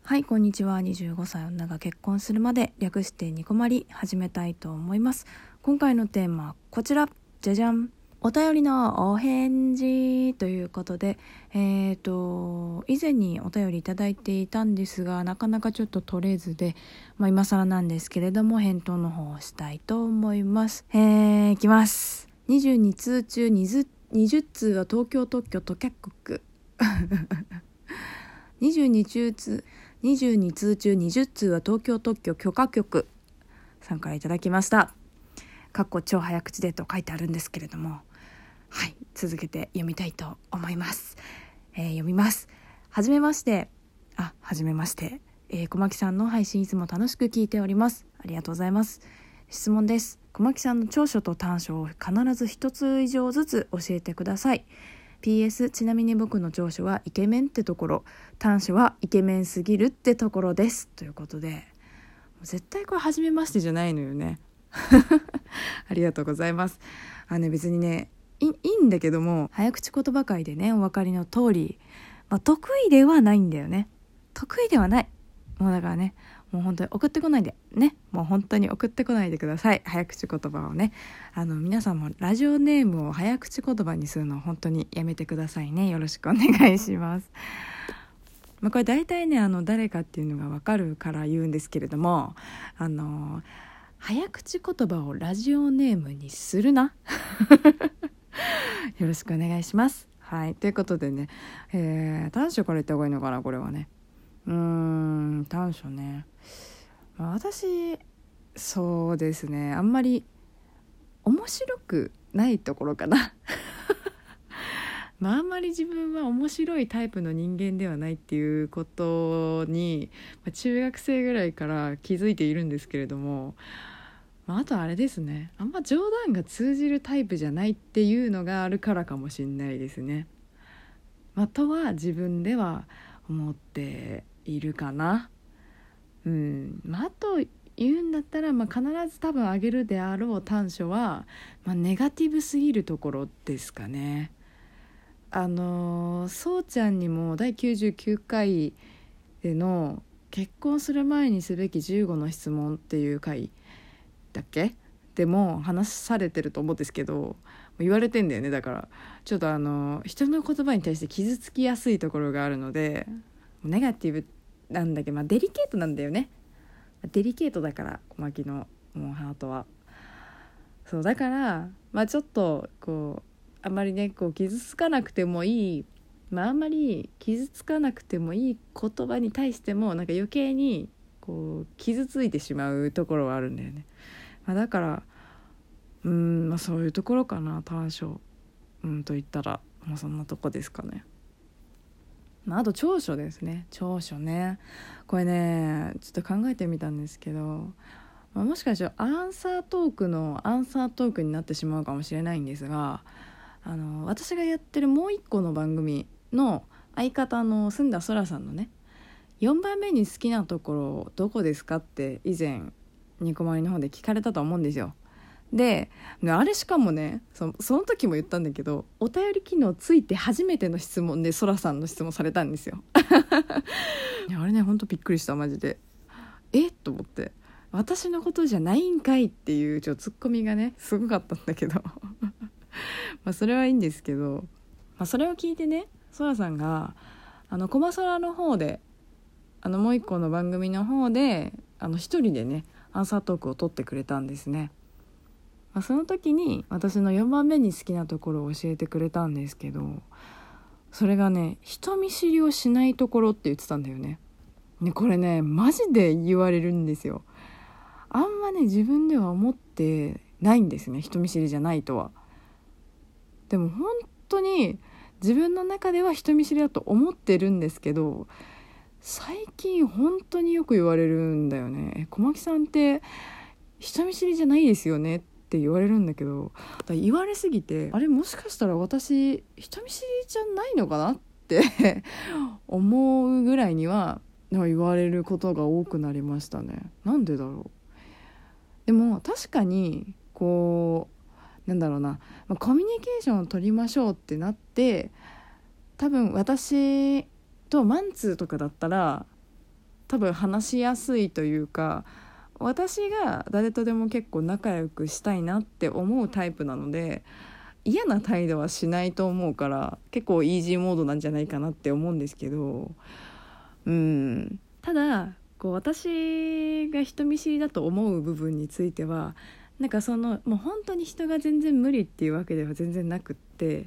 はい、こんにちは。25歳女が結婚するまで略してニコマリ始めたいと思います。今回のテーマこちら、じゃじゃん。お便りのお返事ということで、以前にお便りいただいていたんですが、なかなかちょっと取れずで、今更なんですけれども返答の方をしたいと思います。いきます。22通中20通は東京特許許可局22通中20通は東京特許許可局さんからいただきました。超早口でと書いてあるんですけれども、はい、続けて読みたいと思います。読みます。はじめまして。小牧さんの配信いつも楽しく聞いております。ありがとうございます。質問です。小牧さんの長所と短所を必ず一つ以上ずつ教えてください。PS ちなみに僕の長所はイケメンってところ、短所はイケメンすぎるってところですということで、絶対これ初めましてじゃないのよねありがとうございます。別にねいいんだけども、早口言葉会でねお分かりの通り、得意ではないんだよね。得意ではない。もうだからね、もう本当に送ってこないでね、もう本当に送ってこないでください。早口言葉をね、皆さんもラジオネームを早口言葉にするのを本当にやめてくださいね。よろしくお願いします。これ大体ね誰かっていうのが分かるから言うんですけれども、早口言葉をラジオネームにするなよろしくお願いします。はい、ということでね、短所から言った方がいいのかな、これはね。短所ね、私そうですね、あんまり面白くないところかなあんまり自分は面白いタイプの人間ではないっていうことに、中学生ぐらいから気づいているんですけれども、あとあれですね、あんま冗談が通じるタイプじゃないっていうのがあるからかもしれないですね。とは自分では思っているかな。あと言うんだったら、必ず多分あげるであろう短所は、ネガティブすぎるところですかね。そうちゃんにも第99回での結婚する前にすべき15の質問っていう回だっけでも話されてると思うんですけど、言われてんだよね。だからちょっと人の言葉に対して傷つきやすいところがあるので、ネガティブなんだけど、デリケートなんだよね。デリケートだから小牧のもうハートはそうだから、ちょっとこうあまりね傷つかなくてもいい、あんまり傷つかなくてもいい言葉に対しても余計に傷ついてしまうところはあるんだよね。だからそういうところかな、短所と言ったらそんなとこですかね。あと長所ですね。長所ね、これねちょっと考えてみたんですけど、もしかしたらアンサートークになってしまうかもしれないんですが、私がやってるもう一個の番組の相方の澄田空さんのね、4番目に好きなところどこですかって以前ニコマリの方で聞かれたと思うんですよ。であれしかもね、その時も言ったんだけど、お便り機能ついて初めての質問で空さんの質問されたんですよいやあれねほんとびっくりした、マジでと思って、私のことじゃないんかいっていうツッコミがねすごかったんだけどそれはいいんですけど、それを聞いてね、空さんがコマソラの方でもう一個の番組の方で一人でねアンサートークを取ってくれたんですね。その時に私の4番目に好きなところを教えてくれたんですけど、それがね、人見知りをしないところって言ってたんだよね。これねマジで言われるんですよ。あんまね自分では思ってないんですね、人見知りじゃないとは。でも本当に自分の中では人見知りだと思ってるんですけど、最近本当によく言われるんだよね。小牧さんって人見知りじゃないですよねって言われるんだけど、言われすぎて、あれもしかしたら私人見知りじゃないのかなって思うぐらいには言われることが多くなりましたね。なんでだろう。でも確かになんだろうな、コミュニケーションを取りましょうってなって、多分私とマンツーとかだったら多分話しやすいというか、私が誰とでも結構仲良くしたいなって思うタイプなので、嫌な態度はしないと思うから、結構イージーモードなんじゃないかなって思うんですけど、ただこう私が人見知りだと思う部分については、なんかもう本当に人が全然無理っていうわけでは全然なくって、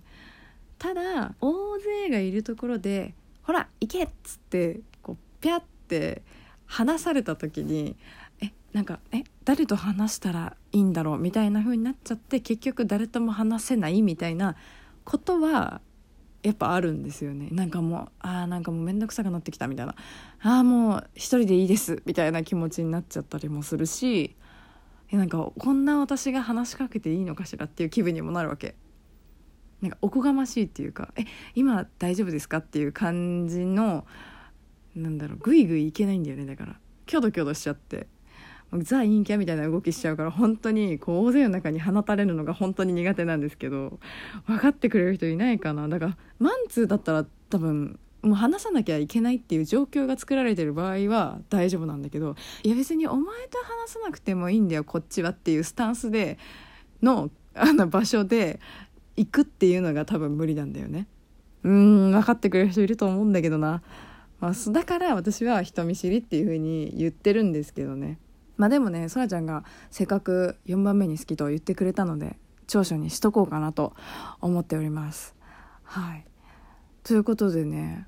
ただ大勢がいるところでほら行けっつってこうピャって話された時に、誰と話したらいいんだろうみたいな風になっちゃって、結局誰とも話せないみたいなことはやっぱあるんですよね。なんかもうめんどくさくなってきたみたいな、もう一人でいいですみたいな気持ちになっちゃったりもするし、なんかこんな私が話しかけていいのかしらっていう気分にもなるわけ。なんかおこがましいっていうか、今大丈夫ですかっていう感じの、グイグイいけないんだよね。だからキョドキョドしちゃって、ザ陰キャみたいな動きしちゃうから、本当にこう大勢の中に放たれるのが本当に苦手なんですけど、分かってくれる人いないかな。だからマンツーだったら多分もう話さなきゃいけないっていう状況が作られてる場合は大丈夫なんだけど、いや別にお前と話さなくてもいいんだよこっちはっていうスタンスでの場所で行くっていうのが多分無理なんだよね。分かってくれる人いると思うんだけどな、だから私は人見知りっていう風に言ってるんですけどね。でもね、そらちゃんがせっかく4番目に好きと言ってくれたので長所にしとこうかなと思っております。はい、ということでね、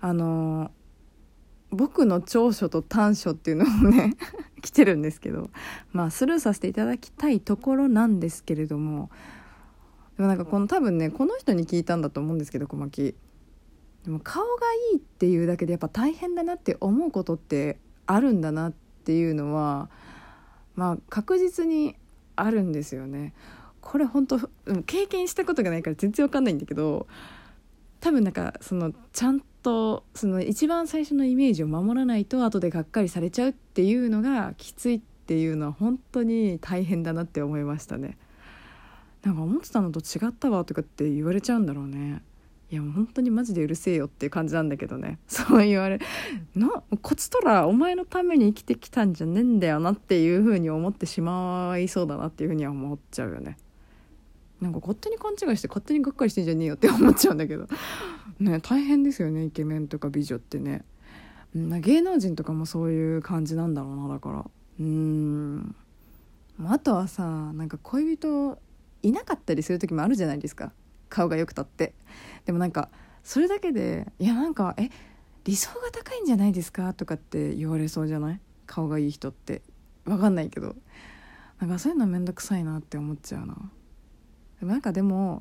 僕の長所と短所っていうのもね来てるんですけど、スルーさせていただきたいところなんですけれども、でも多分ねこの人に聞いたんだと思うんですけど、小牧でも顔がいいっていうだけでやっぱ大変だなって思うことってあるんだなっていうのは確実にあるんですよね。これ本当経験したことがないから全然わかんないんだけど、多分ちゃんと一番最初のイメージを守らないと後でがっかりされちゃうっていうのがきついっていうのは本当に大変だなって思いましたね。思ってたのと違ったわとかって言われちゃうんだろうね。いやもう本当にマジでうるせえよっていう感じなんだけどね。そう言われこっちとらお前のために生きてきたんじゃねえんだよなっていう風に思ってしまいそうだなっていう風には思っちゃうよね。勝手に勘違いして勝手にがっかりしてんじゃねえよって思っちゃうんだけどね。大変ですよね、イケメンとか美女ってね。芸能人とかもそういう感じなんだろうな。だからあとはさ、恋人いなかったりする時もあるじゃないですか、顔が良くたって。でもそれだけで理想が高いんじゃないですかとかって言われそうじゃない？顔がいい人って分かんないけど、そういうのめんどくさいなって思っちゃうな。でも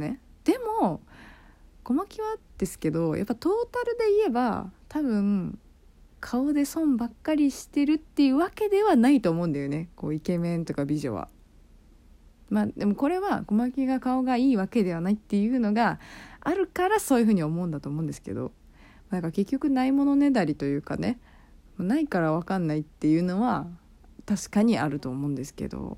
小牧はですけど、やっぱトータルで言えば多分顔で損ばっかりしてるっていうわけではないと思うんだよね、こうイケメンとか美女は。でもこれは小牧が顔がいいわけではないっていうのがあるからそういうふうに思うんだと思うんですけど、結局ないものねだりというかね、ないから分かんないっていうのは確かにあると思うんですけど、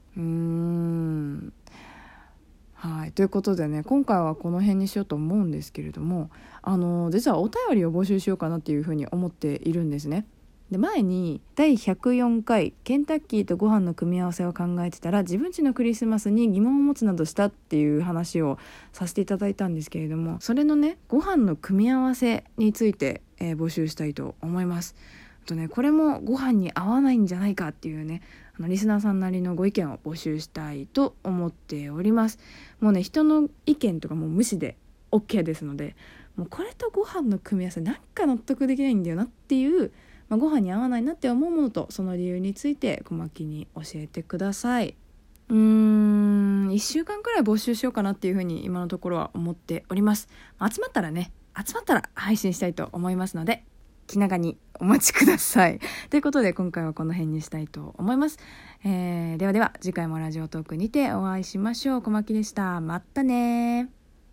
はい、ということでね、今回はこの辺にしようと思うんですけれども、実はお便りを募集しようかなっていうふうに思っているんですね。で、前に第104回ケンタッキーとご飯の組み合わせを考えてたら自分家のクリスマスに疑問を持つなどしたっていう話をさせていただいたんですけれども、それのねご飯の組み合わせについて、募集したいと思います。これもご飯に合わないんじゃないかっていうね、リスナーさんなりのご意見を募集したいと思っております。もうね、人の意見とかも無視で OK ですので、もうこれとご飯の組み合わせ納得できないんだよなっていう、ご飯に合わないなって思うものとその理由について小牧に教えてください。1週間くらい募集しようかなっていうふうに今のところは思っております。集まったら配信したいと思いますので気長にお待ちください。ということで今回はこの辺にしたいと思います。では次回もラジオトークにてお会いしましょう。小牧でした。またね。